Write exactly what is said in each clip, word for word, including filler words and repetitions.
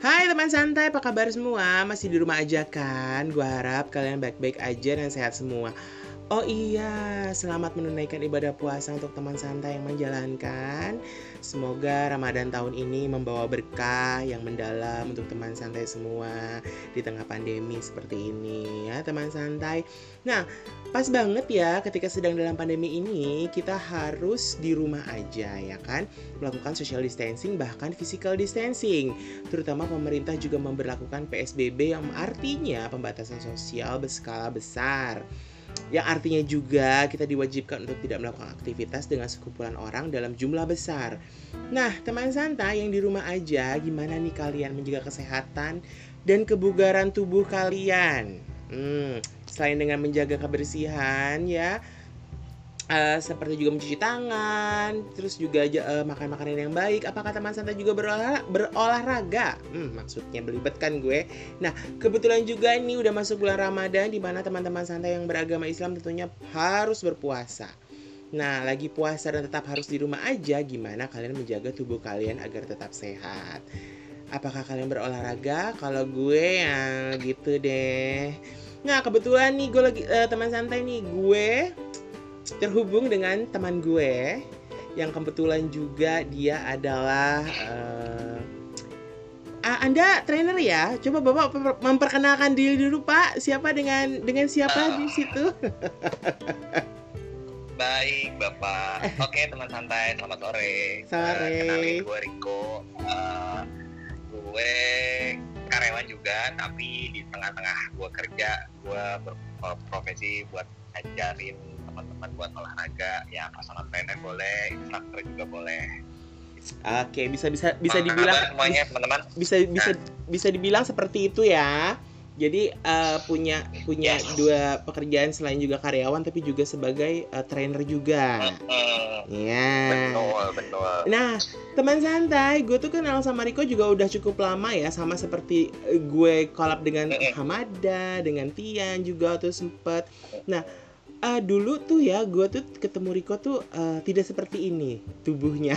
Hai teman santai, apa kabar semua? Masih di rumah aja kan? Gua harap kalian baik-baik aja dan sehat semua. Oh iya, selamat menunaikan ibadah puasa untuk teman santai yang menjalankan. Semoga Ramadan tahun ini membawa berkah yang mendalam untuk teman santai semua di tengah pandemi seperti ini ya teman santai. Nah, pas banget ya ketika sedang dalam pandemi ini kita harus di rumah aja ya kan, melakukan social distancing bahkan physical distancing. Terutama pemerintah juga memberlakukan P S B B yang artinya pembatasan sosial berskala besar. Yang artinya juga kita diwajibkan untuk tidak melakukan aktivitas dengan sekumpulan orang dalam jumlah besar. Nah, teman santai yang di rumah aja, gimana nih kalian menjaga kesehatan dan kebugaran tubuh kalian? Hmm, selain dengan menjaga kebersihan ya, Uh, seperti juga mencuci tangan, terus juga uh, makan makanan yang baik. Apakah teman santai juga berolah, berolahraga? Hmm, maksudnya belibet kan gue. Nah, kebetulan juga ini udah masuk bulan Ramadan, di mana teman-teman santai yang beragama Islam tentunya harus berpuasa. Nah, lagi puasa dan tetap harus di rumah aja, gimana kalian menjaga tubuh kalian agar tetap sehat? Apakah kalian berolahraga? Kalau gue ya gitu deh. Nah, kebetulan nih gue lagi uh, teman santai nih gue terhubung dengan teman gue yang kebetulan juga dia adalah uh, uh, Anda trainer ya. Coba Bapak memperkenalkan diri dulu Pak. Siapa dengan dengan siapa uh, di situ? Baik Bapak. Oke teman santai, selamat sore. Sore. Uh, kenalin gue Riko. Uh, gue karyawan juga, tapi di tengah-tengah gue kerja, gue berprofesi buat ngajarin teman-teman buat olahraga, ya personal trainer boleh, instruktur juga boleh. Oke, bisa bisa bisa Apa dibilang semuanya teman-teman. Bisa bisa nah. bisa dibilang seperti itu ya. Jadi uh, punya punya yes. dua pekerjaan selain juga karyawan, tapi juga sebagai uh, trainer juga. Mm-hmm. Ya. Betul betul. Nah, teman santai, gue tuh kenal sama Riko juga udah cukup lama ya, sama seperti gue collab dengan mm-hmm. Hamada, dengan Tian juga tuh sempet. Nah. Uh, dulu tuh ya, gue tuh ketemu Riko tuh uh, tidak seperti ini tubuhnya.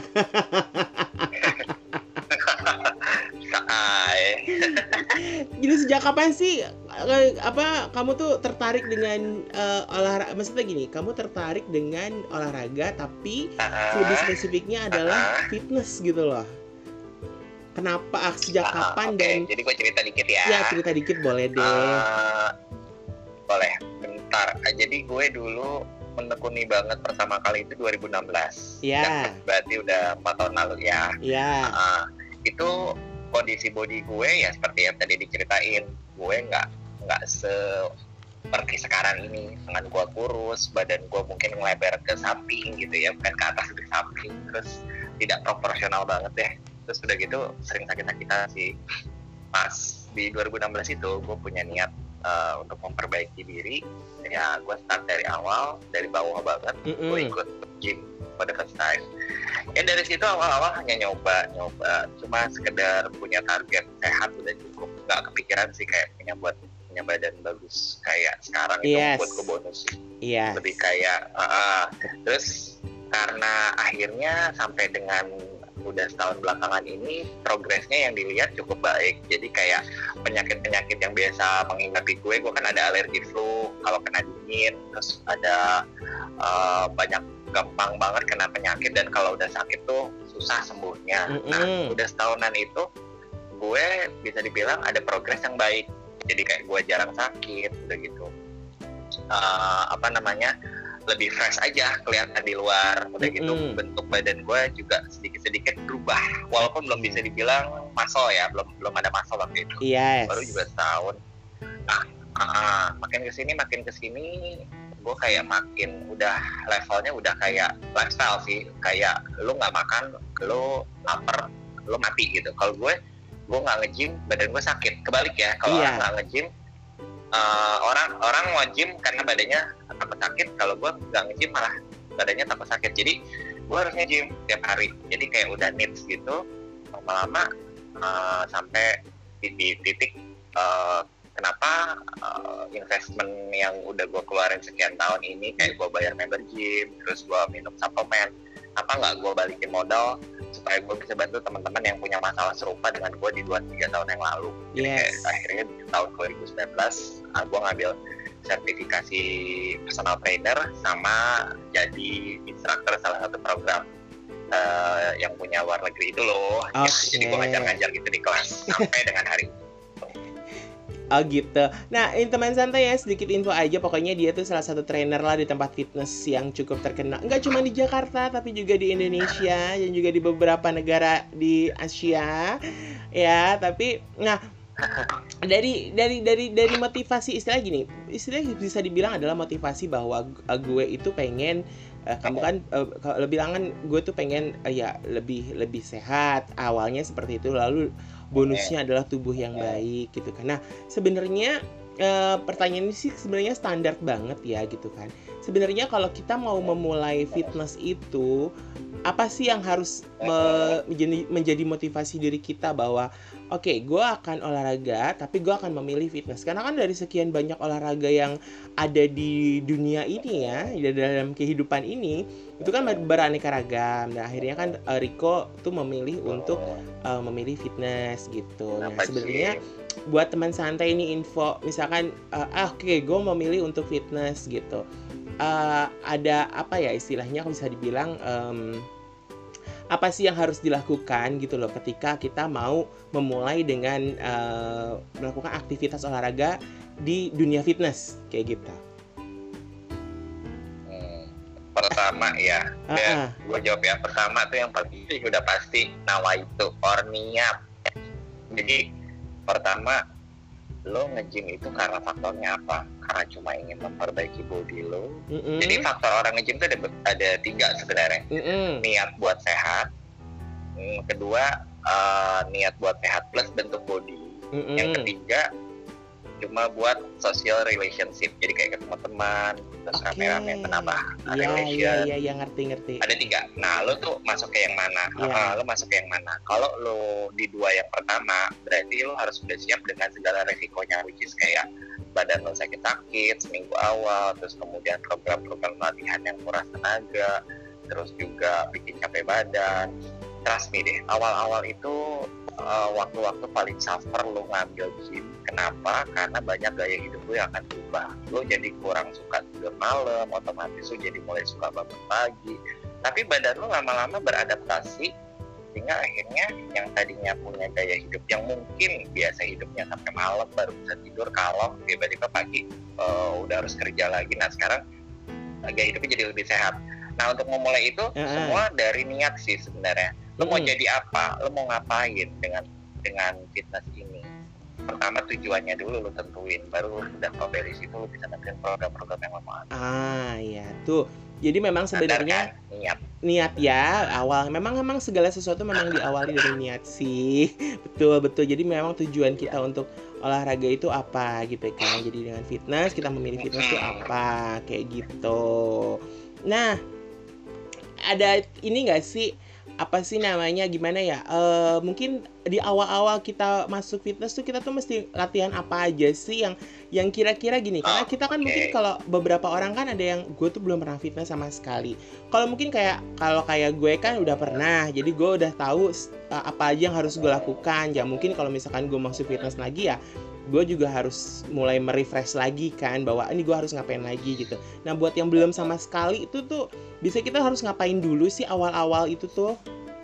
Jadi sejak kapan sih uh, apa kamu tuh tertarik dengan uh, olahraga? Maksudnya gini, kamu tertarik dengan olahraga tapi uh, lebih spesifiknya adalah uh, fitness gitu loh. Kenapa? Sejak uh, kapan okay. dan? Jadi gue cerita dikit ya. Ya cerita dikit boleh deh. Uh, boleh. Jadi gue dulu menekuni banget pertama kali itu dua ribu enam belas. Iya. Kan berarti udah empat tahun lalu ya. Iya. Uh, itu kondisi body gue ya seperti yang tadi diceritain. Gue nggak nggak seperti sekarang ini. Tangan gue kurus, badan gue mungkin ngelebar ke samping gitu ya, bukan ke atas ke samping. Terus tidak proporsional banget deh. Terus udah gitu sering sakit-sakitan sih. Pas di dua ribu enam belas itu gue punya niat Uh, untuk memperbaiki diri, ya gue start dari awal, dari bawah banget. Mm-hmm. Gue ikut gym pada first time. Ya dari situ awal-awal hanya nyoba, nyoba, cuma sekedar punya target sehat udah cukup. Gak kepikiran sih kayak punya buat punya badan bagus kayak sekarang itu yes. buat gue bonus sih. Yes. Lebih kayak, uh, terus karena akhirnya sampai dengan udah setahun belakangan ini progresnya yang dilihat cukup baik. Jadi kayak penyakit-penyakit yang biasa menghinggapi gue, gue kan ada alergi flu kalau kena dingin, terus ada uh, banyak gampang banget kena penyakit dan kalau udah sakit tuh susah sembuhnya. Mm-hmm. Nah udah setahunan itu gue bisa dibilang ada progres yang baik. Jadi kayak gue jarang sakit, udah gitu. Uh, apa namanya? Lebih fresh aja kelihatan di luar, udah gitu mm-hmm. bentuk badan gue juga sedikit-sedikit berubah, walaupun belum bisa dibilang muscle ya, belum belum ada muscle waktu itu, yes. baru juga setahun. Nah, uh, makin kesini makin kesini, gue kayak makin udah levelnya udah kayak lifestyle sih, kayak lu nggak makan, lu lapar, lu mati gitu. Kalau gue, gue nggak nge-gym, badan gue sakit. Kebalik ya, kalau yeah. nggak nge-gym. Uh, orang orang mau gym karena badannya takut sakit, kalau gue nggak nge-gym malah badannya takut sakit. Jadi gue harus nge-gym tiap hari. Jadi kayak udah needs gitu. Lama-lama uh, sampai di, di titik uh, kenapa uh, investment yang udah gue keluarin sekian tahun ini kayak gue bayar member gym, terus gue minum suplemen, apa nggak gue balikin modal supaya gue bisa bantu teman-teman yang punya masalah serupa dengan gue di dua tiga tahun yang lalu. Jadi Yes. kayak akhirnya di tahun dua ribu sembilan belas uh, gue ngambil sertifikasi personal trainer sama jadi instruktur salah satu program uh, yang punya luar negeri itu loh. Ya, Oke. jadi gue ngajar-ngajar gitu di kelas sampai dengan hari ini. Oh gitu. Nah, ini teman santai ya, sedikit info aja. Pokoknya dia tuh salah satu trainer lah di tempat fitness yang cukup terkenal. Nggak cuma di Jakarta, tapi juga di Indonesia dan juga di beberapa negara di Asia. Ya, tapi nah dari dari dari dari motivasi istilah gini, istilah bisa dibilang adalah motivasi bahwa uh, gue itu pengen uh, kamu kan uh, kalau lebih bilang kan gue tuh pengen uh, ya lebih lebih sehat awalnya seperti itu, lalu bonusnya adalah tubuh yang baik gitu kan. Nah sebenarnya uh, pertanyaan ini sih sebenarnya standar banget ya gitu kan. Sebenarnya kalau kita mau memulai fitness itu apa sih yang harus me- menjadi, menjadi motivasi diri kita bahwa oke, okay, gue akan olahraga, tapi gue akan memilih fitness. Karena kan dari sekian banyak olahraga yang ada di dunia ini ya, di dalam kehidupan ini, itu kan beraneka ragam. Dan akhirnya kan uh, Rico tuh memilih untuk uh, memilih fitness gitu. Nah, sebenarnya buat teman santai ini info, misalkan, uh, ah, oke, okay, gue memilih untuk fitness gitu. Uh, ada apa ya istilahnya, kalau bisa dibilang, um, apa sih yang harus dilakukan gitu loh ketika kita mau memulai dengan uh, melakukan aktivitas olahraga di dunia fitness kayak gitu. Hmm, pertama ya, uh-uh. gue jawab ya. Pertama tuh yang pasti udah pasti nawaitu or niat. Jadi pertama lo nge-gym itu karena faktornya apa? Karena cuma ingin memperbaiki body lo. Mm-mm. Jadi faktor orang nge-gym itu ada, ada tiga sebenarnya. Mm-mm. Niat buat sehat. Kedua, uh, niat buat sehat plus bentuk body. Mm-mm. Yang ketiga, cuma buat social relationship. Jadi kayak ketemu teman, terus okay. rame-rame menambah ya, relation. Iya, iya, iya, ngerti-ngerti. Ada tiga. Nah, lo tuh masuk ke yang mana? Ya. Uh, lo masuk ke yang mana? Kalau lo di dua yang pertama, berarti lo harus sudah siap dengan segala resikonya, which is kayak badan lo sakit-sakit seminggu awal, terus kemudian program-program latihan yang kuras tenaga, terus juga bikin capek badan. Trust me deh, awal-awal itu uh, waktu-waktu paling suffer lo ngambil gym. Kenapa? Karena banyak gaya hidup lo yang akan berubah. Lo jadi kurang suka tidur malam, otomatis lo jadi mulai suka bangun pagi. Tapi badan lo lama-lama beradaptasi, sehingga akhirnya yang tadinya punya gaya hidup yang mungkin biasa hidupnya sampai malam baru bisa tidur, kalau tiba-tiba pagi uh, udah harus kerja lagi. Nah sekarang uh, gaya hidupnya jadi lebih sehat. Nah untuk memulai itu uh-huh. semua dari niat sih sebenarnya. Lo mau hmm. jadi apa? Lo mau ngapain dengan dengan fitness ini? Pertama tujuannya dulu lo tentuin, baru udah kalau dari situ lo bisa nentuin program-program yang lo mau. Ah iya tuh. Jadi memang sebenarnya kan? niat niat ya awal. Memang memang segala sesuatu memang diawali dari niat sih. Betul betul. Jadi memang tujuan kita untuk olahraga itu apa gitu kan. Jadi dengan fitness kita memilih fitness itu apa kayak gitu. Nah ada ini nggak sih? Apa sih namanya gimana ya uh, mungkin di awal-awal kita masuk fitness tuh kita tuh mesti latihan apa aja sih yang yang kira-kira gini, karena kita kan okay. mungkin kalau beberapa orang kan ada yang gue tuh belum pernah fitness sama sekali. Kalau mungkin kayak kalau kayak gue kan udah pernah, jadi gue udah tahu uh, apa aja yang harus gue lakukan. Ya mungkin kalau misalkan gue masuk fitness lagi ya gue juga harus mulai merefresh lagi kan, bahwa ini gue harus ngapain lagi gitu. Nah buat yang belum sama sekali itu tuh bisa kita harus ngapain dulu sih awal-awal itu tuh?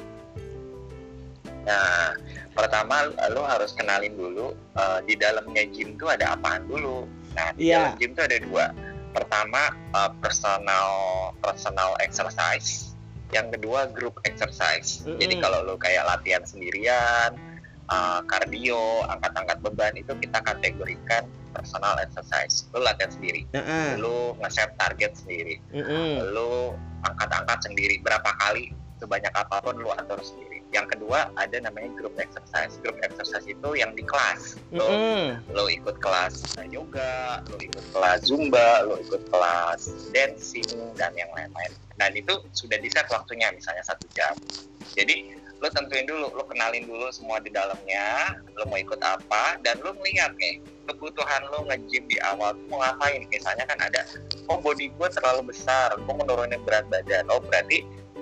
Nah pertama lo harus kenalin dulu uh, di dalamnya gym tuh ada apaan dulu. Nah di yeah. dalam gym tuh ada dua. Pertama uh, personal personal exercise, yang kedua group exercise. Mm-hmm. Jadi kalau lo kayak latihan sendirian, Uh, kardio, angkat-angkat beban, itu kita kategorikan personal exercise. Lu latihan sendiri, uh-uh. lu nge-set target sendiri, uh-uh. lu angkat-angkat sendiri, berapa kali, sebanyak apapun lu atur sendiri. Yang kedua ada namanya group exercise. Group exercise itu yang di kelas. Lu, uh-uh. lu ikut kelas yoga, lu ikut kelas zumba, lu ikut kelas dancing dan yang lain-lain. Dan itu sudah di-set waktunya, misalnya satu jam. Jadi lo tentuin dulu, lo kenalin dulu semua di dalamnya, lo mau ikut apa, dan lo ngeliat nih kebutuhan lo nge-gym di awal tuh mau ngapain. Misalnya kan ada, oh body gue terlalu besar, gue mau nurunin berat badan, oh berarti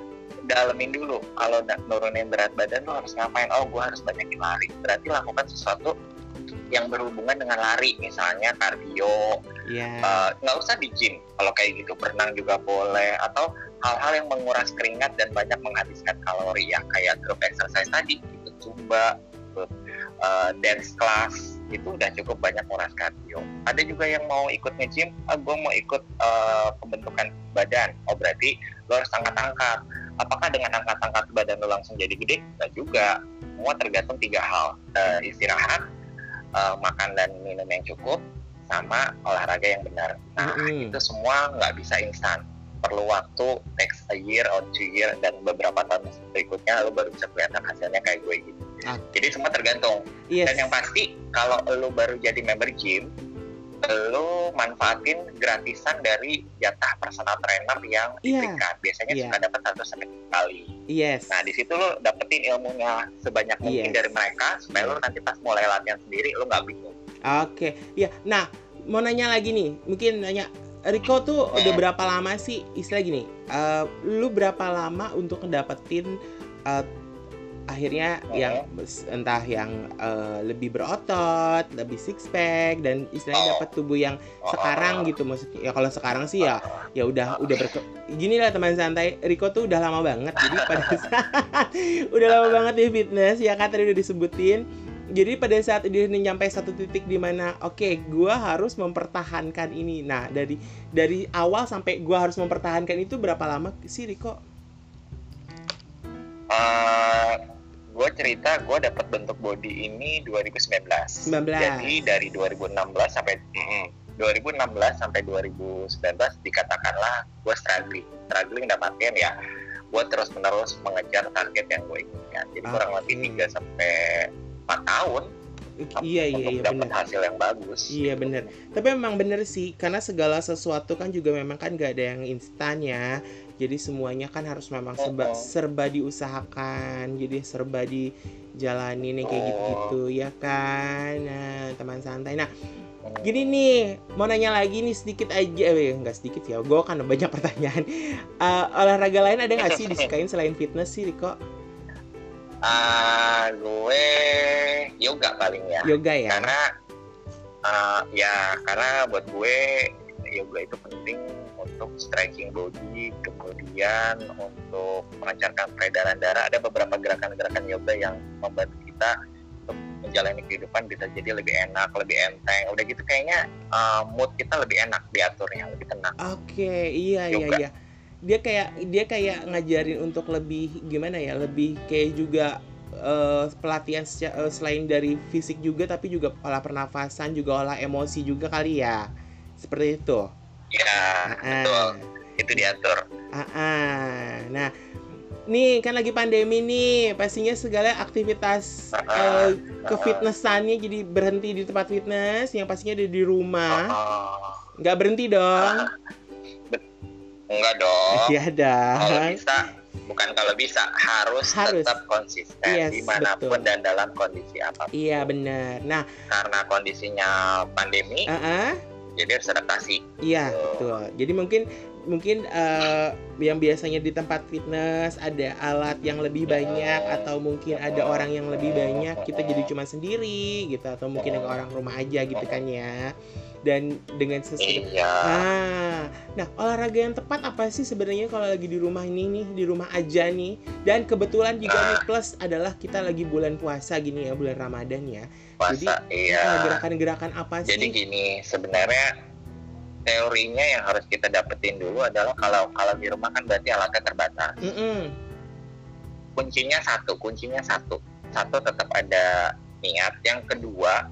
dalemin dulu. Kalau nurunin berat badan lo harus ngapain? Oh, gue harus banyakin lari. Berarti lakukan sesuatu yang berhubungan dengan lari, misalnya kardio. Yeah. Uh, nggak usah di gym. Kalau kayak gitu, berenang juga boleh. Atau hal-hal yang menguras keringat dan banyak menghabiskan kalori ya, kayak group exercise tadi, ikut zumba, ikut uh, dance class, itu udah cukup banyak menguras kardio. Ada juga yang mau ikut nge-gym, ah, gue mau ikut uh, pembentukan badan. Oh, berarti lo harus angkat-angkat. Apakah dengan angkat-angkat badan lo langsung jadi gede? Nggak juga. Semua tergantung tiga hal. Uh, istirahat, uh, makan dan minum yang cukup, sama olahraga yang benar. Nah, mm-hmm. itu semua nggak bisa instan. Perlu waktu, takes a year or two year, dan beberapa tahun berikutnya lo baru bisa kelihatan hasilnya kayak gue gitu. Okay. Jadi semua tergantung. Yes. Dan yang pasti, kalau lo baru jadi member gym, lo manfaatin gratisan dari jatah personal trainer yang diberikan. Yeah. Biasanya yeah. suka dapat satu seminggu sekali. Yes. Nah, di situ lo dapetin ilmunya sebanyak mungkin yes. dari mereka, supaya lo nanti pas mulai latihan sendiri, lo nggak bingung. Oke, okay. ya. Nah, mau nanya lagi nih, mungkin nanya, Rico tuh udah berapa lama sih, istilah gini, uh, lu berapa lama untuk ngedapetin uh, akhirnya uh-huh. yang entah yang uh, lebih berotot, lebih six pack, dan istilahnya dapat tubuh yang sekarang gitu, maksudnya ya kalau sekarang sih ya ya udah udah berke gini lah teman santai, Rico tuh udah lama banget, jadi pada saat udah lama banget di fitness ya kan tadi udah disebutin. Jadi pada saat dia nyampe satu titik di mana oke, okay, gue harus mempertahankan ini. Nah, dari dari awal sampai gue harus mempertahankan itu berapa lama sih, Rico? Uh, gue cerita gue dapat bentuk body ini dua ribu sembilan belas. sembilan belas. Jadi dari dua ribu enam belas sampai mm, dua ribu enam belas sampai dua ribu sembilan belas dikatakanlah gue struggling. Struggling dalam artian ya gue terus-menerus mengejar target yang gue inginkan. Jadi okay. kurang lebih tiga sampai empat tahun iya iya iya dapat hasil yang bagus. Iya benar. Tapi memang benar sih, karena segala sesuatu kan juga memang kan gak ada yang instan ya. Jadi semuanya kan harus memang serba, serba diusahakan. Jadi serba dijalanin kayak gitu-gitu ya kan. Nah, teman santai. Nah, gini nih, mau nanya lagi nih sedikit aja, eh, nggak sedikit ya, gue kan banyak pertanyaan. Uh, olahraga lain ada nggak sih disukain selain fitness sih, Rico? Uh, gue yoga paling ya. Yoga ya. Karena uh, ya karena buat gue yoga itu penting untuk stretching body, kemudian untuk melancarkan peredaran darah. Ada beberapa gerakan-gerakan yoga yang membantu kita untuk menjalani kehidupan bisa jadi lebih enak, lebih enteng. Udah gitu kayaknya uh, mood kita lebih enak diaturnya, lebih tenang. Oke, okay, iya yoga. iya iya. Dia kayak dia kayak ngajarin untuk lebih gimana ya, lebih kayak juga uh, pelatihan secara, uh, selain dari fisik juga, tapi juga olah pernafasan, juga olah emosi juga kali ya, seperti itu. Ya, uh-uh. betul, itu diatur. Uh-uh. Nah, nih kan lagi pandemi nih, pastinya segala aktivitas uh-uh. uh, kefitnessannya uh-uh. jadi berhenti di tempat fitness, yang pastinya ada di rumah, uh-uh. nggak berhenti dong. Uh-uh. Enggak dong. Iya dong. Kalau bisa, bukan kalau bisa, harus, harus. tetap konsisten yes, dimanapun betul. Dan dalam kondisi apapun. Iya benar. Nah, karena kondisinya pandemi, uh-uh. jadi harus adaptasi. Iya so. betul. Jadi mungkin mungkin uh, yang biasanya di tempat fitness ada alat yang lebih banyak, uh, atau mungkin ada uh, orang yang lebih banyak, kita jadi cuma sendiri gitu, atau mungkin dengan orang rumah aja gitu kan ya. Dan dengan sesuatu iya. nah, nah olahraga yang tepat apa sih sebenarnya kalau lagi di rumah ini nih, di rumah aja nih, dan kebetulan juga nah. nih plus adalah kita lagi bulan puasa gini ya, bulan Ramadan ya. Puasa, jadi iya. gerakan-gerakan apa sih? Jadi gini, sebenarnya teorinya yang harus kita dapetin dulu adalah kalau kalau di rumah kan berarti alatnya terbatas. Mm-mm. Kuncinya satu, kuncinya satu, satu tetap ada niat. Yang kedua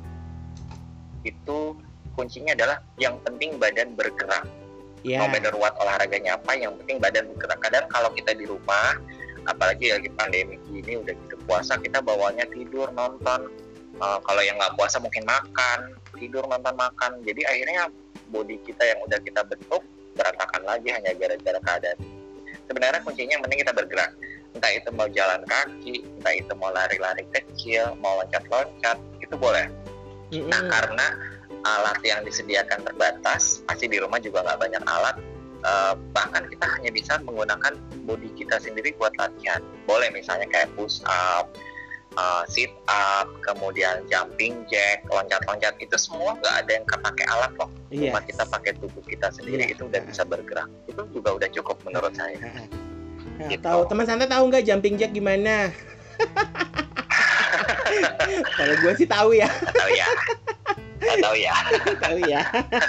itu kuncinya adalah yang penting badan bergerak. Yeah. No matter what olahraganya apa, yang penting badan bergerak. Kadang kalau kita di rumah, apalagi lagi pandemi gini, udah gitu puasa, kita bawanya tidur, nonton. Uh, kalau yang nggak puasa mungkin makan, tidur, nonton, makan. Jadi akhirnya body kita yang udah kita bentuk berantakan lagi hanya gara-gara keadaan. Sebenarnya kuncinya yang penting kita bergerak. Entah itu mau jalan kaki, entah itu mau lari-lari kecil, mau loncat-loncat, itu boleh. Mm-hmm. Nah, karena alat yang disediakan terbatas, pasti di rumah juga nggak banyak alat, uh, bahkan kita hanya bisa menggunakan body kita sendiri buat latihan. Boleh misalnya kayak push up, uh, sit up, kemudian jumping jack, loncat-loncat, itu semua nggak ada yang pakai alat loh. Yes. Cuma kita pakai tubuh kita sendiri, yeah. Itu udah bisa bergerak. Itu juga udah cukup menurut saya. Nah, gitu. Tahu teman santai tahu nggak jumping jack gimana? Kalau gue sih tahu ya. Tahu ya. Tahu ya. Tahu ya.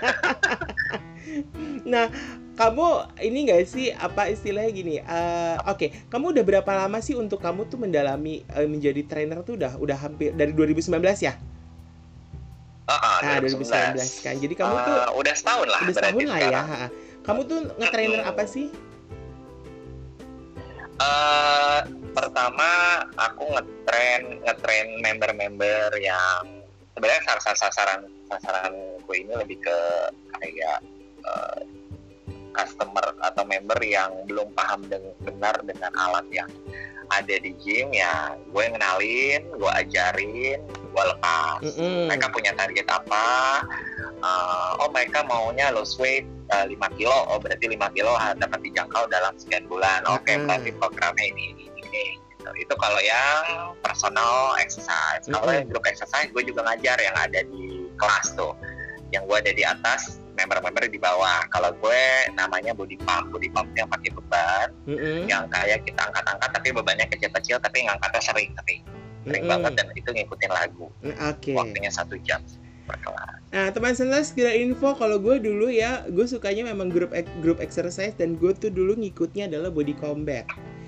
Nah, kamu ini nggak sih apa istilahnya gini? Uh, Oke, okay. Kamu udah berapa lama sih untuk kamu tuh mendalami uh, menjadi trainer tuh udah udah hampir dari dua ribu sembilan belas ya? Uh, uh, ah, dua ribu sembilan belas kan. Jadi kamu uh, tuh udah setahun lah. Udah setahun lah sekarang. ya. Kamu tuh nge-trainer hmm. apa sih? Uh, pertama aku ngetrain ngetrain member-member yang sebenarnya sasaran sasaranku ini lebih ke kayak uh, customer atau member yang belum paham dengan benar dengan alat yang ada di gym, ya gue ngenalin, gue ajarin, gue lepas. Mm-hmm. Mereka punya target apa? Uh, oh mereka maunya lose weight uh, lima kilo, oh berarti lima kilo dapat dijangkau dalam sekian bulan. Oke, okay, mm-hmm. Berarti programnya ini ini ini. Gitu. Itu kalau yang personal exercise. Mm-hmm. Kalau yang group exercise, gue juga ngajar yang ada di kelas tuh. Yang gue ada di atas, member-member di bawah. Kalau gue namanya body pump. Body pump yang pakai beban, mm-hmm. yang kayak kita angkat-angkat tapi bebannya kecil-kecil, tapi ngangkatnya sering, sering, sering mm-hmm. banget, dan itu ngikutin lagu. Okay. Waktunya satu jam per kelas. Nah, teman sentai sekira info, kalau gue dulu ya, gue sukanya memang grup grup exercise, dan gue tuh dulu ngikutnya adalah body combat.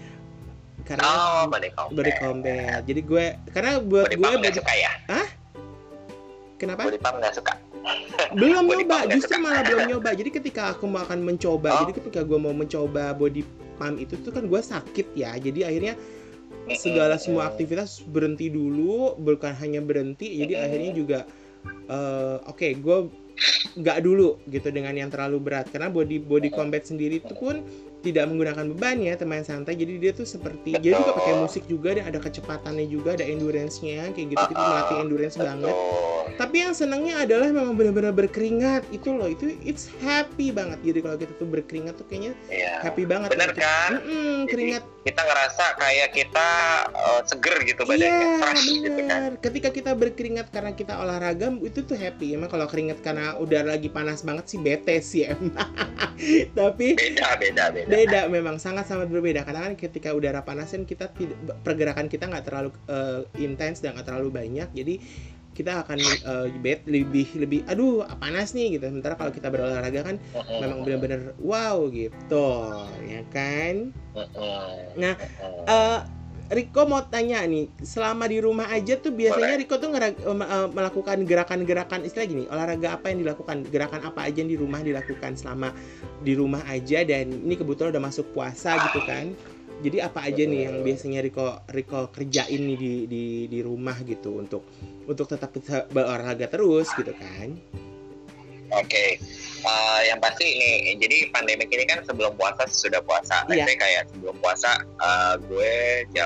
Karena oh, body combat. Body combat. Jadi gue, karena buat body gue pump nggak suka ya? Hah? Kenapa? Body pump nggak suka. Belum nyoba, justru malah belum nyoba. Jadi ketika aku mau akan mencoba, oh. jadi ketika gue mau mencoba body pump itu tuh kan gue sakit ya. Jadi akhirnya segala semua aktivitas berhenti dulu, bukan hanya berhenti. Jadi akhirnya juga uh, oke, okay, gue nggak dulu gitu dengan yang terlalu berat, karena body body combat sendiri itu pun tidak menggunakan beban ya teman santai. Jadi dia tuh seperti, jadi juga pakai musik juga, dan ada kecepatannya juga, ada endurance-nya kayak gitu, kita melatih endurance banget. Tapi yang senangnya adalah memang benar-benar berkeringat itu loh, itu it's happy banget. Jadi kalau kita tuh berkeringat tuh kayaknya ya, happy banget. Bener gitu. Kan? Mm-mm, keringat. Kita ngerasa kayak kita uh, seger gitu badannya, yeah, fresh gitu kan. Ketika kita berkeringat karena kita olahraga itu tuh happy. Emang kalau keringat karena udara lagi panas banget sih bete sih emang. Tapi beda beda beda. Beda memang sangat-sangat berbeda. Karena kan ketika udara panas kan kita tidak, pergerakan kita nggak terlalu uh, intens dan nggak terlalu banyak. Jadi kita akan uh, bed lebih lebih aduh panas nih gitu. Sementara kalau kita berolahraga kan uh-uh. memang benar-benar wow gitu, ya kan? Uh-uh. Nah, uh, Riko mau tanya nih, selama di rumah aja tuh biasanya Riko tuh ngera- uh, melakukan gerakan-gerakan istilah gini, olahraga apa yang dilakukan, gerakan apa aja yang di rumah dilakukan selama di rumah aja, dan ini kebetulan udah masuk puasa gitu kan? Jadi apa aja nih yang biasanya Riko Riko kerjain nih di di di rumah gitu untuk untuk tetap bisa berolahraga terus gitu kan? Oke, okay. uh, yang pasti ini, jadi pandemik ini kan sebelum puasa sudah puasa. Iya. Jadi kayak sebelum puasa uh, gue jam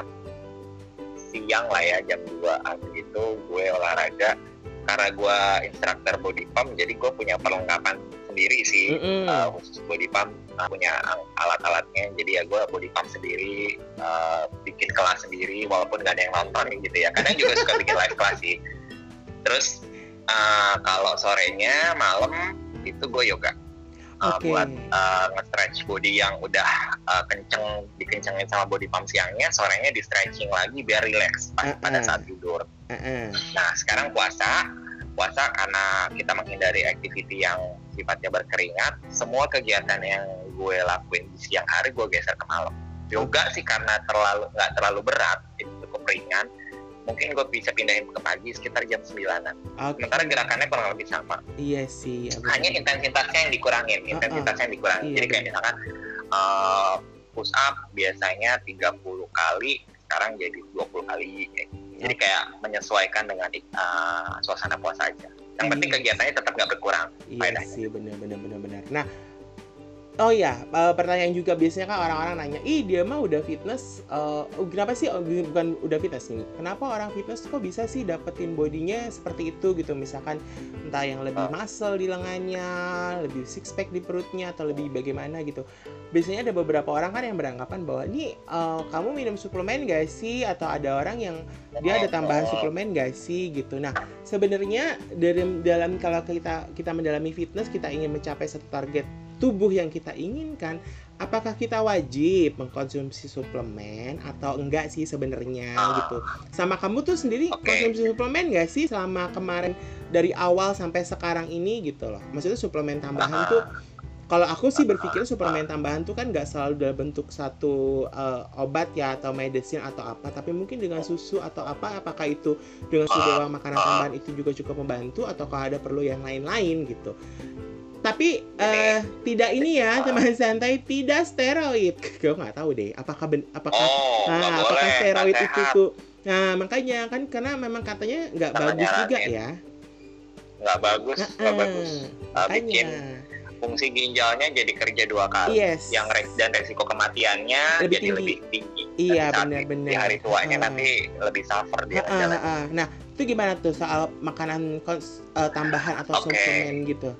siang lah ya, jam duaan gitu gue olahraga. Karena gue instruktur body pump, jadi gue punya perlengkapan sendiri sih, mm-hmm. uh, khusus body pump, uh, punya alat-alatnya. Jadi ya gue body pump sendiri, uh, bikin kelas sendiri, walaupun gak ada yang nonton gitu ya. Kadang juga suka bikin live kelas sih. Terus uh, kalau sorenya, malam itu gue yoga. Uh, okay. Buat uh, nge-stretch body yang udah uh, kenceng, dikencengin sama body pump siangnya, sorenya di stretching lagi biar relax uh-uh. pada saat tidur. Uh-uh. Nah sekarang puasa, puasa karena kita menghindari activity yang sifatnya berkeringat, semua kegiatan yang gue lakuin di siang hari gue geser ke malam. Yoga sih karena terlalu nggak terlalu berat, itu cukup ringan. Mungkin gue bisa pindahin ke pagi sekitar jam sembilanan. Okay. Sementara gerakannya kurang lebih sama. Iya sih. Ya hanya intensitasnya yang dikurangin, intensitasnya yang dikurangin. Iya, Jadi kayak misalkan uh, push up biasanya tiga puluh kali, sekarang jadi dua puluh kali. Jadi kayak menyesuaikan dengan uh, suasana puasa aja. Yang penting kegiatannya tetap nggak berkurang. Iya sih, benar-benar benar-benar. Nah, Oh iya, eee, pertanyaan juga biasanya kan orang-orang nanya, "Ih, dia mah udah fitness, eee, kenapa sih?" Oh, bukan udah fitness nih, "Kenapa orang fitness kok bisa sih dapetin bodinya seperti itu?" Gitu. Misalkan entah yang lebih Ah, muscle di lengannya, lebih six pack di perutnya, atau lebih bagaimana gitu. Biasanya ada beberapa orang kan yang beranggapan bahwa, "Nih, eee, kamu minum suplemen nggak sih?" Atau ada orang yang, "Dia ada mm, tambahan mm, suplemen nggak sih?" Gitu. Nah, sebenarnya dari dalam kalau kita kita mendalami fitness, kita ingin mencapai satu target tubuh yang kita inginkan, apakah kita wajib mengkonsumsi suplemen atau enggak sih sebenarnya gitu. ah, Sama kamu tuh sendiri oke. konsumsi suplemen nggak sih selama kemarin dari awal sampai sekarang ini gitu loh. Maksudnya suplemen Ah, tambahan tuh ah, kalau aku sih berpikir ah, suplemen tambahan tuh kan nggak selalu dalam bentuk satu eh, obat ya atau medicine atau apa, tapi mungkin dengan susu atau apa, apakah itu dengan susu ah, doang makanan ah. tambahan itu juga cukup membantu ataukah ada perlu yang lain-lain gitu. Tapi Ini eh, tidak ini ya ah. teman santai, tidak steroid. Gue nggak tahu deh, apakah ben, apakah Oh, nggak nah, apakah boleh, nggak steroid itu sehat. tuh. Nah, makanya kan karena memang katanya nggak Sangat bagus juga nyaranin. ya. Nggak bagus, nggak bagus. Heeh, Uh, makanya. bikin fungsi ginjalnya jadi kerja dua kali. Yang Yes, res- dan resiko kematiannya lebih jadi tinggi. lebih tinggi. Iya, Nanti saat di, di benar-benar. hari tuanya Heeh. nanti lebih suffer dia Heeh, ngejalanin. heeh. Nah, itu gimana tuh soal makanan kons- eh, tambahan atau Oke, suplemen gitu?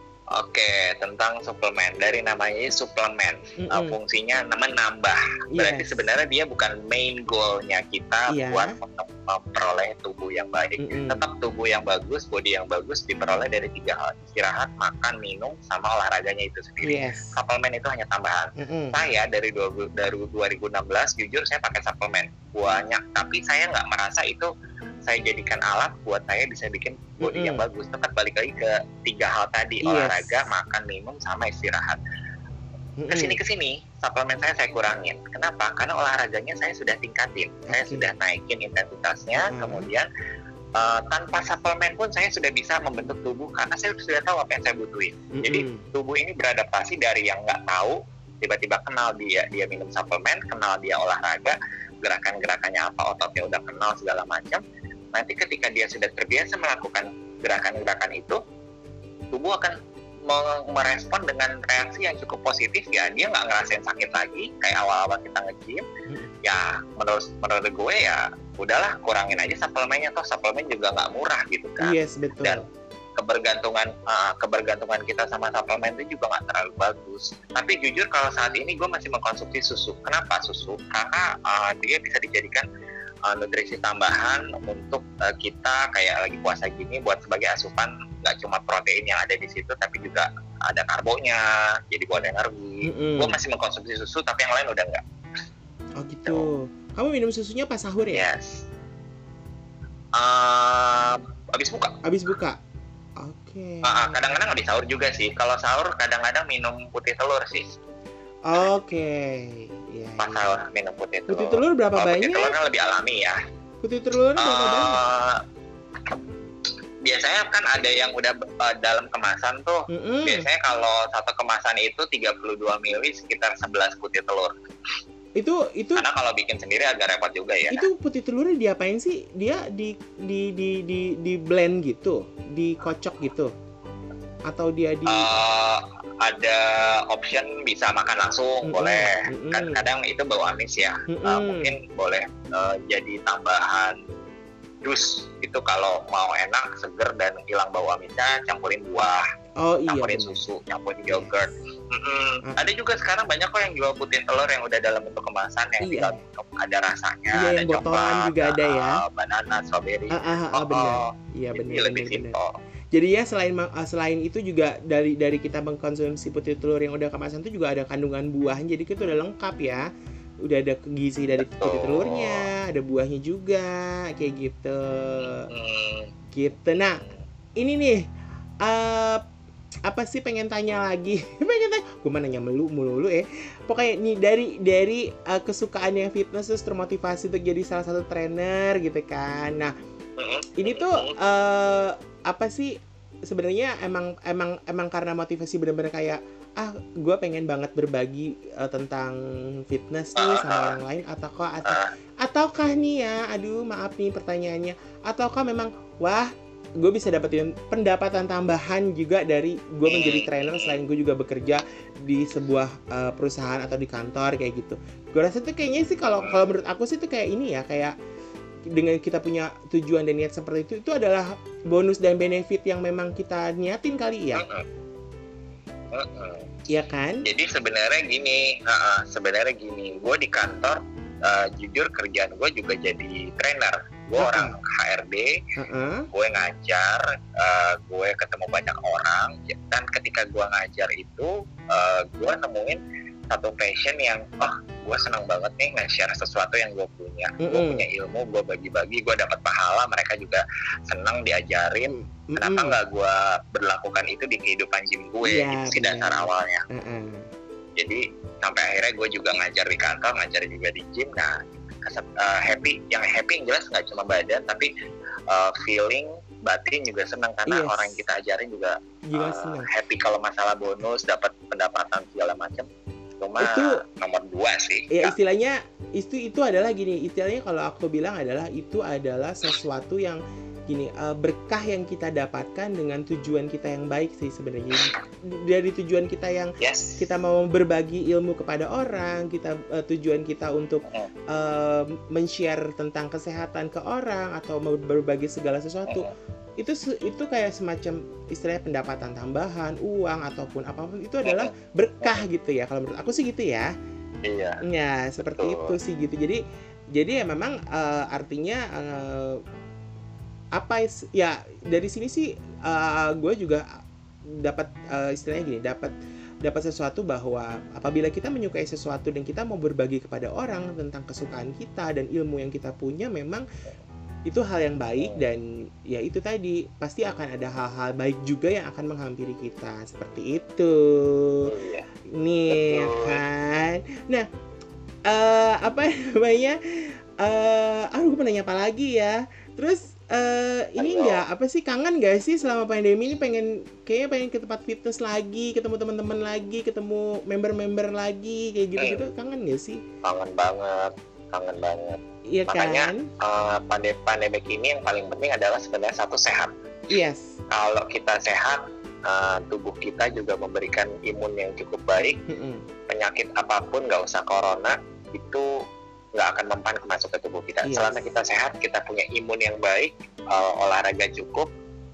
Oke, tentang suplemen. Dari namanya suplemen, uh, Mm-mm. fungsinya menambah. Berarti Yes. sebenarnya dia bukan main goalnya kita buat Iya. memperoleh tubuh yang baik. Mm-mm. Tetap tubuh yang bagus, body yang bagus diperoleh dari tiga hal: istirahat, makan, minum, sama olahraganya itu sendiri. Yes. Suplemen itu hanya tambahan. Mm-mm. Saya dari dua, dari dua ribu enam belas jujur saya pakai suplemen banyak, tapi saya nggak merasa itu saya jadikan alat buat saya bisa bikin body yang Mm-mm. bagus. Tetap balik lagi ke tiga hal tadi: olahraga, Yes. makan, minum, sama istirahat. Kesini Mm-mm. kesini suplemen saya saya kurangin. Kenapa? Karena olahraganya saya sudah tingkatin, saya Oke. sudah naikin intensitasnya. Heeh. Kemudian uh, tanpa suplemen pun saya sudah bisa membentuk tubuh karena saya sudah tahu apa yang saya butuhin. Jadi Mm-mm. tubuh ini beradaptasi dari yang nggak tahu, tiba-tiba kenal dia dia minum suplemen, kenal dia olahraga, gerakan-gerakannya apa, ototnya udah kenal segala macam. Nanti ketika dia sudah terbiasa melakukan gerakan-gerakan itu, tubuh akan merespon dengan reaksi yang cukup positif ya. Dia nggak ngerasain sakit lagi kayak awal-awal kita nge-gym. Ya menurut menurut gue ya udahlah, kurangin aja suplemennya, toh suplemen juga nggak murah gitu kan. Yes, betul. Dan kebergantungan uh, kebergantungan kita sama suplemen itu juga nggak terlalu bagus. Tapi jujur kalau saat ini gue masih mengkonsumsi susu. Kenapa susu? Karena uh, dia bisa dijadikan uh, nutrisi tambahan untuk uh, kita kayak lagi puasa gini, buat sebagai asupan, nggak cuma protein yang ada di situ tapi juga ada karbonya, jadi buat energi. Mm-mm. Gue masih mengkonsumsi susu tapi yang lain udah nggak. Oh gitu. Kamu minum susunya pas sahur ya? Yes. Uh, habis buka. Habis buka. Oke. Uh, kadang-kadang habis sahur juga sih. Kalau sahur kadang-kadang minum putih telur sih. Oke. Iya. Pas Iya. sahur minum putih telur. Putih telur berapa Kalau putih banyak? telur kan lebih alami ya. Putih telur berapa banyak? Uh, biasanya kan ada yang udah uh, dalam kemasan tuh. Mm-mm. Biasanya kalau satu kemasan itu tiga puluh dua mili, sekitar sebelas putih telur. Itu itu Karena kalau bikin sendiri agak repot juga ya. itu putih telurnya diapain sih? Dia di di di di di blend gitu, dikocok gitu. Atau dia di Uh, ada option bisa makan langsung, Mm-mm. boleh. Mm-mm. Kan kadang itu bau amis ya. Mm-mm. Uh, mungkin boleh uh, jadi tambahan jus itu kalau mau enak, seger dan hilang bau amisnya, campurin buah, Oh iya. campurin bener. susu, campurin yogurt. Mm-mm. Ah. Ada juga sekarang banyak kok yang jual putih telur yang udah dalam bentuk kemasan yang Iya. tinggal minum. Ada rasanya, Iya, ada yang botolan coklat, juga ada ya. uh, banana, strawberry. Ah, ah, ah, Oh, benar. oh, Iya, jadi benar lebih benar benar. simpel. Jadi ya selain ma- ah, selain itu juga dari dari kita mengkonsumsi putih telur yang udah kemasan itu juga ada kandungan buah. Jadi itu udah lengkap ya. Udah ada gizi dari Betul. putih telurnya, ada buahnya juga, kayak gitu. Hmm. Gitu. Nah, ini nih eh apa sih pengen tanya lagi? pengen tanya. Gue mah nanya mulu mulu eh. Pokoknya nih dari dari eh, kesukaan yang fitness terus termotivasi untuk jadi salah satu trainer gitu kan. Nah, ini tuh eh apa sih sebenarnya emang emang emang karena motivasi benar-benar kayak ah gue pengen banget berbagi eh, tentang fitness nih sama orang lain ataukah atau Ah. ataukah nih ya aduh maaf nih pertanyaannya ataukah memang wah gue bisa dapetin pendapatan tambahan juga dari gue menjadi trainer selain gue juga bekerja di sebuah uh, perusahaan atau di kantor kayak gitu. Gue rasa tuh kayaknya sih kalau kalau menurut aku sih tuh kayak ini ya, kayak dengan kita punya tujuan dan niat seperti itu, itu adalah bonus dan benefit yang memang kita niatin kali ya. Iya kan? Jadi sebenarnya gini, uh, sebenarnya gini, gue di kantor uh, jujur kerjaan gue juga jadi trainer. Gue uh-huh. orang H R D, uh-huh. gue ngajar, uh, gue ketemu banyak orang, dan ketika gue ngajar itu, uh, gue nemuin satu passion yang, oh gue senang banget nih nge-share sesuatu yang gue punya. Uh-huh. Gue punya ilmu, gue bagi-bagi, gue dapat pahala, mereka juga senang diajarin. Uh-huh. Kenapa nggak gue berlakukan itu di kehidupan gym gue, yeah, gitu sih dasar awalnya. Uh-huh. Jadi sampai akhirnya gue juga ngajar di kantor, ngajar juga di gym. Nah, Uh, happy, yang happy yang jelas nggak cuma badan tapi uh, feeling batin juga senang karena yes. orang yang kita ajarin juga uh, happy kalau masalah bonus dapat pendapatan segala macam. Cuma itu nomor dua sih ya, istilahnya itu itu adalah gini, istilahnya kalau aku bilang adalah itu adalah sesuatu yang gini, uh, berkah yang kita dapatkan dengan tujuan kita yang baik sih sebenarnya. Dari tujuan kita yang yes. kita mau berbagi ilmu kepada orang, kita uh, tujuan kita untuk uh, men-share tentang kesehatan ke orang atau mau berbagi segala sesuatu. Itu itu kayak semacam istilahnya pendapatan tambahan, uang ataupun apapun itu adalah berkah gitu ya. Kalau menurut aku sih gitu ya. Iya. Ya, seperti betul. Itu sih gitu. Jadi jadi ya memang uh, artinya uh, apa ya dari sini sih uh, gue juga dapat uh, istilahnya gini, dapat dapat sesuatu bahwa apabila kita menyukai sesuatu dan kita mau berbagi kepada orang tentang kesukaan kita dan ilmu yang kita punya, memang itu hal yang baik dan ya itu tadi pasti akan ada hal-hal baik juga yang akan menghampiri kita seperti itu. Nih kan. Nah, uh, apa namanya? Uh, aduh gue mau nanya apa lagi ya? Terus Uh, ini enggak apa sih, kangen enggak sih selama pandemi ini, pengen kayaknya pengen ke tempat fitness lagi, ketemu teman-teman lagi, ketemu member-member lagi kayak gitu-gitu, hmm. kangen enggak sih? Kangen banget, kangen banget. Iya makanya, kan? Uh, pandemi pandemi ini yang paling penting adalah sebenarnya satu, sehat. Yes. Kalau kita sehat, uh, tubuh kita juga memberikan imun yang cukup baik. Mm-hmm. Penyakit apapun, nggak usah corona, itu nggak akan mempan masuk ke tubuh kita. Yes. Selama kita sehat, kita punya imun yang baik, uh, olahraga cukup,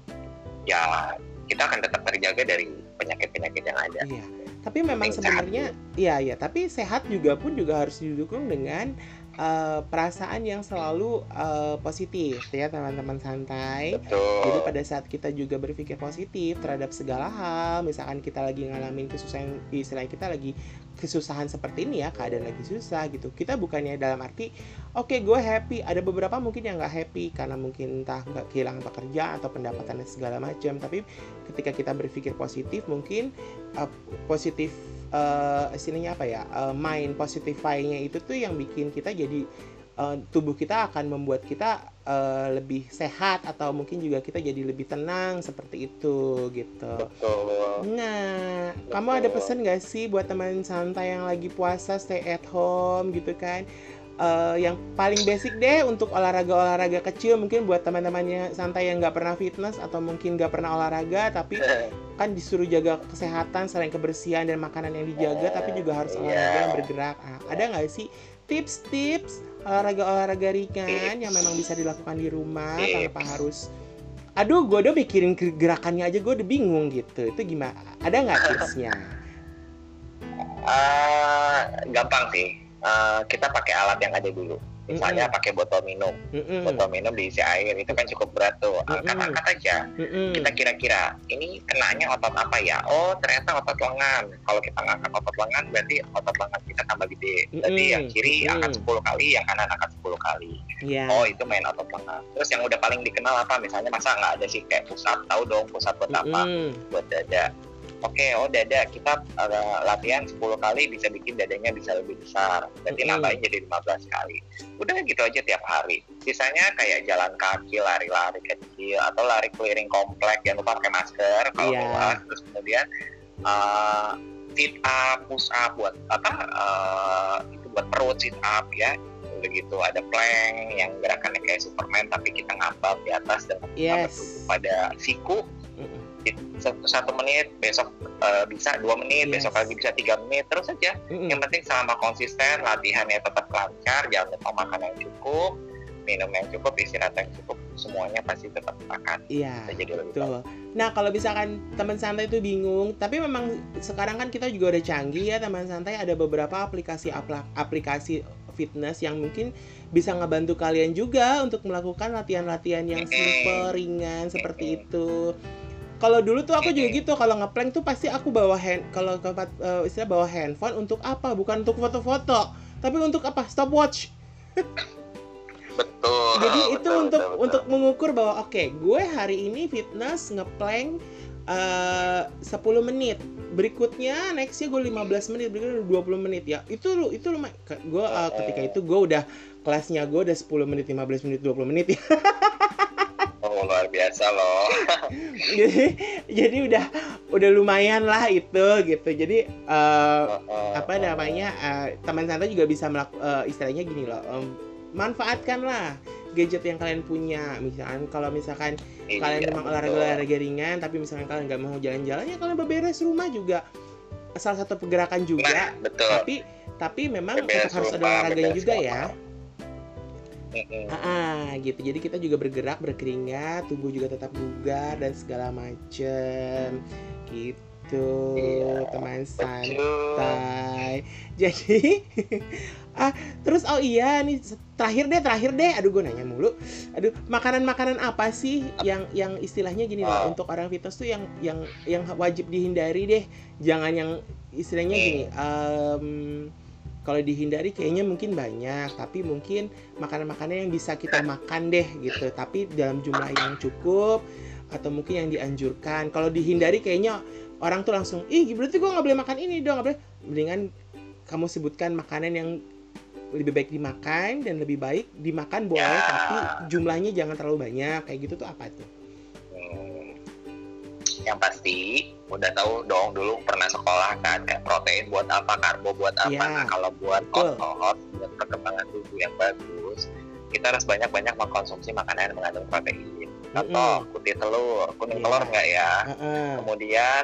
ya kita akan tetap terjaga dari penyakit-penyakit yang ada. Iya. Tapi memang sebenarnya, iya ya. Tapi sehat juga pun juga harus didukung dengan uh, perasaan yang selalu uh, positif, ya teman-teman santai. Betul. Jadi pada saat kita juga berpikir positif terhadap segala hal, misalkan kita lagi ngalamin kesusahan, istilahnya kita lagi kesusahan seperti ini ya, keadaan lagi susah gitu, kita bukannya dalam arti oke okay, gue happy, ada beberapa mungkin yang nggak happy karena mungkin entah nggak kehilangan pekerjaan atau pendapatannya segala macam, tapi ketika kita berpikir positif mungkin uh, positif uh, istilahnya apa ya, uh, mind positify-nya itu tuh yang bikin kita jadi uh, tubuh kita akan membuat kita uh, lebih sehat atau mungkin juga kita jadi lebih tenang seperti itu gitu. Betul. Nah, betul. Kamu ada pesan gak sih buat teman santai yang lagi puasa, stay at home gitu kan? Uh, yang paling basic deh untuk olahraga-olahraga kecil, mungkin buat teman-temannya santai yang nggak pernah fitness atau mungkin nggak pernah olahraga tapi kan disuruh jaga kesehatan selain kebersihan dan makanan yang dijaga, tapi juga harus olahraga yang bergerak. Nah, ada nggak sih tips-tips olahraga-olahraga ringan yang memang bisa dilakukan di rumah tanpa harus aduh gue udah mikirin gerakannya aja gue udah bingung gitu, itu gimana, ada nggak tipsnya? Uh, gampang sih. Uh, kita pakai alat yang ada dulu. Misalnya mm-hmm. pakai botol minum. Mm-hmm. Botol minum diisi air, itu kan cukup berat tuh. Angkat-angkat aja. Mm-hmm. Kita kira-kira, ini kenanya otot apa ya? Oh, ternyata otot lengan. Kalau kita ngangkat otot lengan, berarti otot lengan kita tambah gede. Berarti mm-hmm. yang kiri mm-hmm. angkat sepuluh kali, yang kanan angkat sepuluh kali. Yeah. Oh, itu main otot lengan. Terus yang udah paling dikenal apa? Misalnya masa nggak ada sih kayak pusat. Tahu dong pusat buat apa? Mm-hmm. Buat dada. Oke, okay, oh dada kita uh, latihan sepuluh kali bisa bikin dadanya bisa lebih besar. Berarti mm-hmm. nambahin jadi lima belas kali. Udah gitu aja tiap hari. Sisanya kayak jalan kaki, lari-lari kecil atau lari keliling komplek, jangan lupa pakai masker kalau yeah. keluar. Terus kemudian uh, sit up, push up buat apa? Uh, itu buat perut, sit up ya. udah gitu ada plank yang gerakannya kayak Superman tapi kita ngambang di atas dengan Yes. bertubuh pada siku. Mm-mm. Satu, satu menit, besok uh, bisa dua menit, Yes. besok lagi bisa tiga menit, terus aja. Mm-mm. Yang penting selama konsisten, latihannya tetap lancar, jangan lupa makan yang cukup, minum yang cukup, istirahat yang cukup, semuanya pasti tetap akan Iya, bisa jadi lebih baik. betul. Nah, kalau misalkan teman santai itu bingung, tapi memang sekarang kan kita juga udah canggih ya, teman santai ada beberapa aplikasi apla- aplikasi fitness yang mungkin bisa ngebantu kalian juga untuk melakukan latihan-latihan yang simple, ringan seperti itu. Kalau dulu tuh aku juga gitu, kalau ngeplank tuh pasti aku bawa hand, kalau ke uh, istilah bawa handphone untuk apa? Bukan untuk foto-foto, tapi untuk apa? Stopwatch. Betul. Jadi itu betul, untuk betul, betul. untuk mengukur bahwa oke, okay, gue hari ini fitness ngeplank uh, sepuluh menit. Berikutnya nextnya gue lima belas menit, berikutnya dua puluh menit ya. Itu lu itu lu gue uh, ketika itu gue udah kelasnya gue udah sepuluh menit, lima belas menit, dua puluh menit ya. Oh, luar biasa loh. jadi jadi udah udah lumayan lah itu gitu. Jadi uh, apa namanya uh, teman santai juga bisa melak- uh, istilahnya gini loh. Um, manfaatkanlah gadget yang kalian punya. Misalkan kalau misalkan Iya, kalian memang betul. olahraga-olahraga ringan, tapi misalkan kalian nggak mau jalan-jalan, ya kalian beberes rumah juga salah satu pergerakan juga. Nah, betul. Tapi tapi memang Beberes tetap harus ada rumah, olahraganya beberes juga kamar. ya. Mm-mm. Ah, gitu. Jadi kita juga bergerak, berkeringat, tubuh juga tetap bugar dan segala macem. Gitu, Iya, teman betul. santai. Jadi, ah, terus oh iya nih terakhir deh, terakhir deh. Aduh, gue nanya mulu. Aduh, makanan-makanan apa sih yang yang istilahnya gini loh, Oh. untuk orang fitness tuh yang yang yang wajib dihindari deh. Jangan yang istilahnya gini. em, Kalau dihindari kayaknya mungkin banyak, tapi mungkin makanan-makanan yang bisa kita makan deh gitu, tapi dalam jumlah yang cukup atau mungkin yang dianjurkan. Kalau dihindari kayaknya orang tuh langsung, ih berarti gue nggak boleh makan ini dong, nggak boleh. Mendingan kamu sebutkan makanan yang lebih baik dimakan dan lebih baik dimakan boleh, Ya. tapi jumlahnya jangan terlalu banyak. Kayak gitu tuh apa tuh? Hmm, yang pasti udah tahu dong dulu pernah sekolah kan kayak protein buat apa, karbo buat apa. Ya, Nah, kalau buat betul. otot, buat perkembangan tubuh yang bagus, kita harus banyak-banyak mengkonsumsi makanan yang mengandung protein. Contoh, Mm-mm. putih telur, kuning Ya. telur enggak ya? Heeh. Kemudian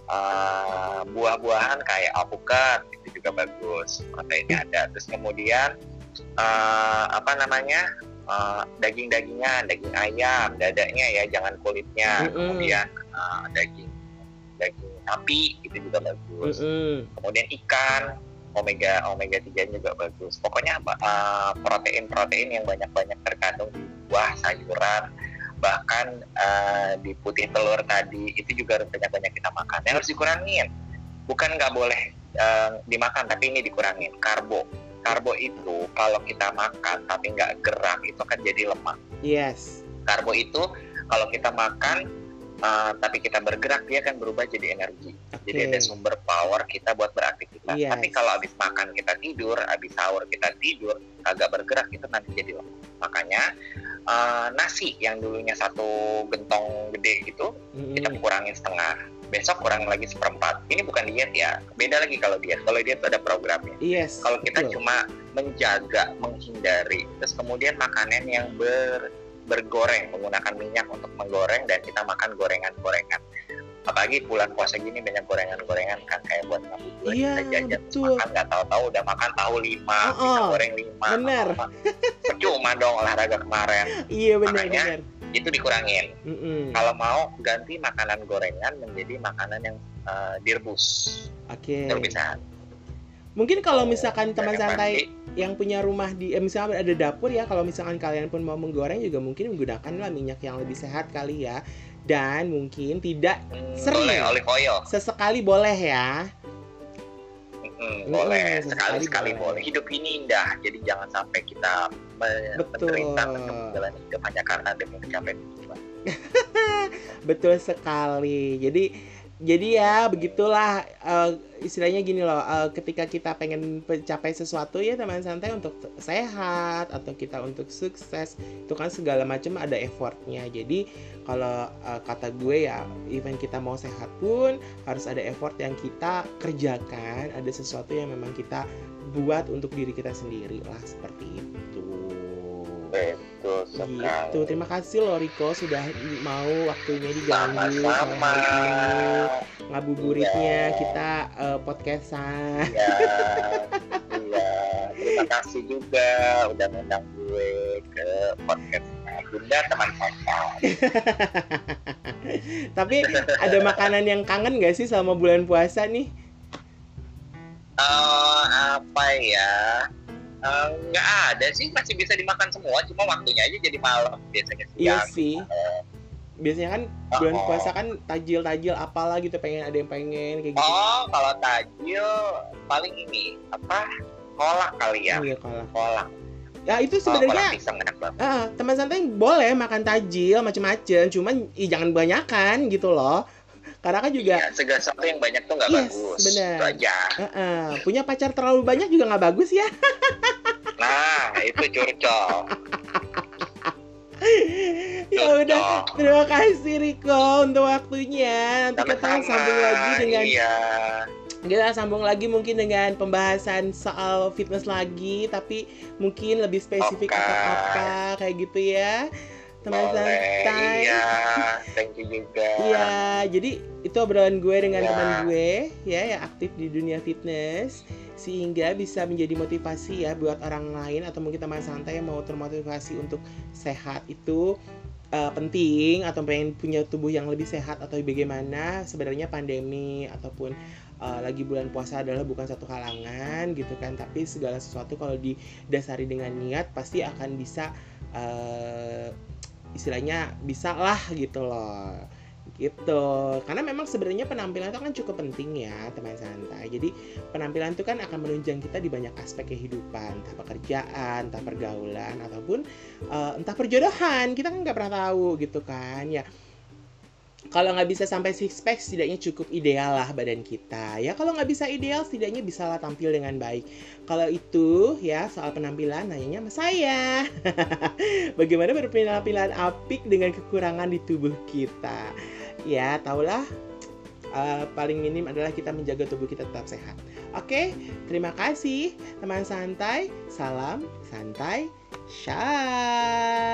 uh, buah-buahan kayak alpukat itu juga bagus, proteinnya ada. Terus kemudian uh, apa namanya uh, daging-dagingan, daging ayam, dadanya ya, jangan kulitnya. Mm-mm. Kemudian uh, daging daging sapi itu juga bagus. Mm-mm. Kemudian ikan, omega omega tiga juga bagus. Pokoknya uh, protein-protein yang banyak-banyak terkandung di buah, sayuran, bahkan uh, di putih telur tadi itu juga harus banyak-banyak kita makan. Yang harus dikurangin, bukan nggak boleh uh, dimakan, tapi ini dikurangin. Karbo, karbo itu kalau kita makan tapi nggak gerak itu kan jadi lemak. Yes. Karbo itu kalau kita makan uh, tapi kita bergerak dia kan berubah jadi energi. Oke. Jadi ada sumber power kita buat beraktivitas. Yes. Tapi kalau habis makan kita tidur, habis sahur kita tidur, agak bergerak itu nanti jadi lemak. Makanya uh, nasi yang dulunya satu gentong gede gitu, Mm-mm. kita kurangin setengah. Besok kurang lagi seperempat. Ini bukan diet ya. Beda lagi kalau diet. Kalau diet ada programnya. Yes. Kalau kita betul. cuma menjaga, menghindari, terus kemudian makanan yang ber bergoreng, menggunakan minyak untuk menggoreng dan kita makan gorengan-gorengan. Apalagi bulan puasa gini banyak gorengan-gorengan kan kayak buat ngabuburit, Iya, kita jajan terus betul. makan nggak tahu-tahu udah makan tahu lima, Oh, bisa oh. goreng lima. Bener. Percuma dong olahraga kemarin. Iya benar Makanya, benar. Itu dikurangin. Mm-mm. Kalau mau ganti makanan gorengan menjadi makanan yang uh, direbus. Oke. Itu lebih sehat. Mungkin kalau misalkan Dan teman yang santai pasti, yang punya rumah di eh, misalnya ada dapur ya, kalau misalkan kalian pun mau menggoreng juga mungkin menggunakanlah minyak yang lebih sehat kali ya, dan mungkin tidak hmm, sering. boleh olive oil. Sesekali boleh ya. Hmm, Mm-mm, boleh, sesekali sekali-sekali boleh. boleh. Hidup ini indah, jadi jangan sampai kita me- Betul. menderita untuk menjalani hidup hanya karena demi mencapai tujuan. Betul sekali. Jadi jadi ya begitulah, uh, istilahnya gini loh, uh, ketika kita pengen mencapai sesuatu ya teman santai, untuk sehat atau kita untuk sukses itu kan segala macam ada effortnya. Jadi kalau uh, kata gue ya, even kita mau sehat pun harus ada effort yang kita kerjakan, ada sesuatu yang memang kita buat untuk diri kita sendiri lah, seperti itu. Betul sekali. Gitu. Terima kasih loh Riko sudah mau waktunya diganggu sore Sama-sama. hari ini. Ngabuburitnya Iya. kita uh, podcastan. Iya, iya. Terima kasih juga udah ngundang gue ke podcast Bunda Teman Santai. Tapi ada makanan yang kangen gak sih selama bulan puasa nih? Eh, apa ya? Eh, Nggak ada sih, masih bisa dimakan semua, cuma waktunya aja jadi malam biasanya siang. Iya sih. Biasanya kan bulan Oh. puasa kan tajil-tajil apalah gitu, pengen ada yang pengen kayak gitu. Oh, kalau tajil paling ini apa? Kolak kali ya. Iya kalau. Kolak. Ya itu Oh, kolak sebenarnya pisang enak banget. ah, teman santai boleh makan tajil macem-macem, cuman ih, jangan banyakan gitu loh. Karena kan juga Iya, segala sesuatu yang banyak tuh nggak Yes, bagus. benar. Itu aja. ah, ah, punya pacar terlalu banyak juga nggak bagus ya. Nah, itu curcol. Ya udah, terima kasih Riko untuk waktunya. Nanti kita Sama-sama. sambung lagi dengan Iya. kita sambung lagi mungkin dengan pembahasan soal fitness lagi, tapi mungkin lebih spesifik Oke. atau apa kayak gitu ya. Teman Boleh. santai. Iya. Thank you juga. Iya, jadi itu obrolan gue dengan Ya. teman gue ya yang aktif di dunia fitness, sehingga bisa menjadi motivasi ya buat orang lain atau mungkin teman santai yang mau termotivasi untuk sehat itu uh, penting, atau pengen punya tubuh yang lebih sehat atau bagaimana. Sebenarnya pandemi ataupun uh, lagi bulan puasa adalah bukan satu halangan gitu kan, tapi segala sesuatu kalau didasari dengan niat pasti akan bisa uh, istilahnya bisa lah gitu loh gitu. Karena memang sebenarnya penampilan itu kan cukup penting ya teman santai. Jadi penampilan itu kan akan menunjang kita di banyak aspek kehidupan, entah pekerjaan, entah pergaulan, ataupun uh, entah perjodohan. Kita kan nggak pernah tahu gitu kan ya. Kalau nggak bisa sampai six pack, setidaknya cukup ideal lah badan kita. Ya kalau nggak bisa ideal, setidaknya bisa lah tampil dengan baik. Kalau itu ya soal penampilan, nanyanya sama saya. Bagaimana berpenampilan apik dengan kekurangan di tubuh kita? Ya tahulah, uh, paling minim adalah kita menjaga tubuh kita tetap sehat. Oke, terima kasih teman santai. Salam santai, Syah.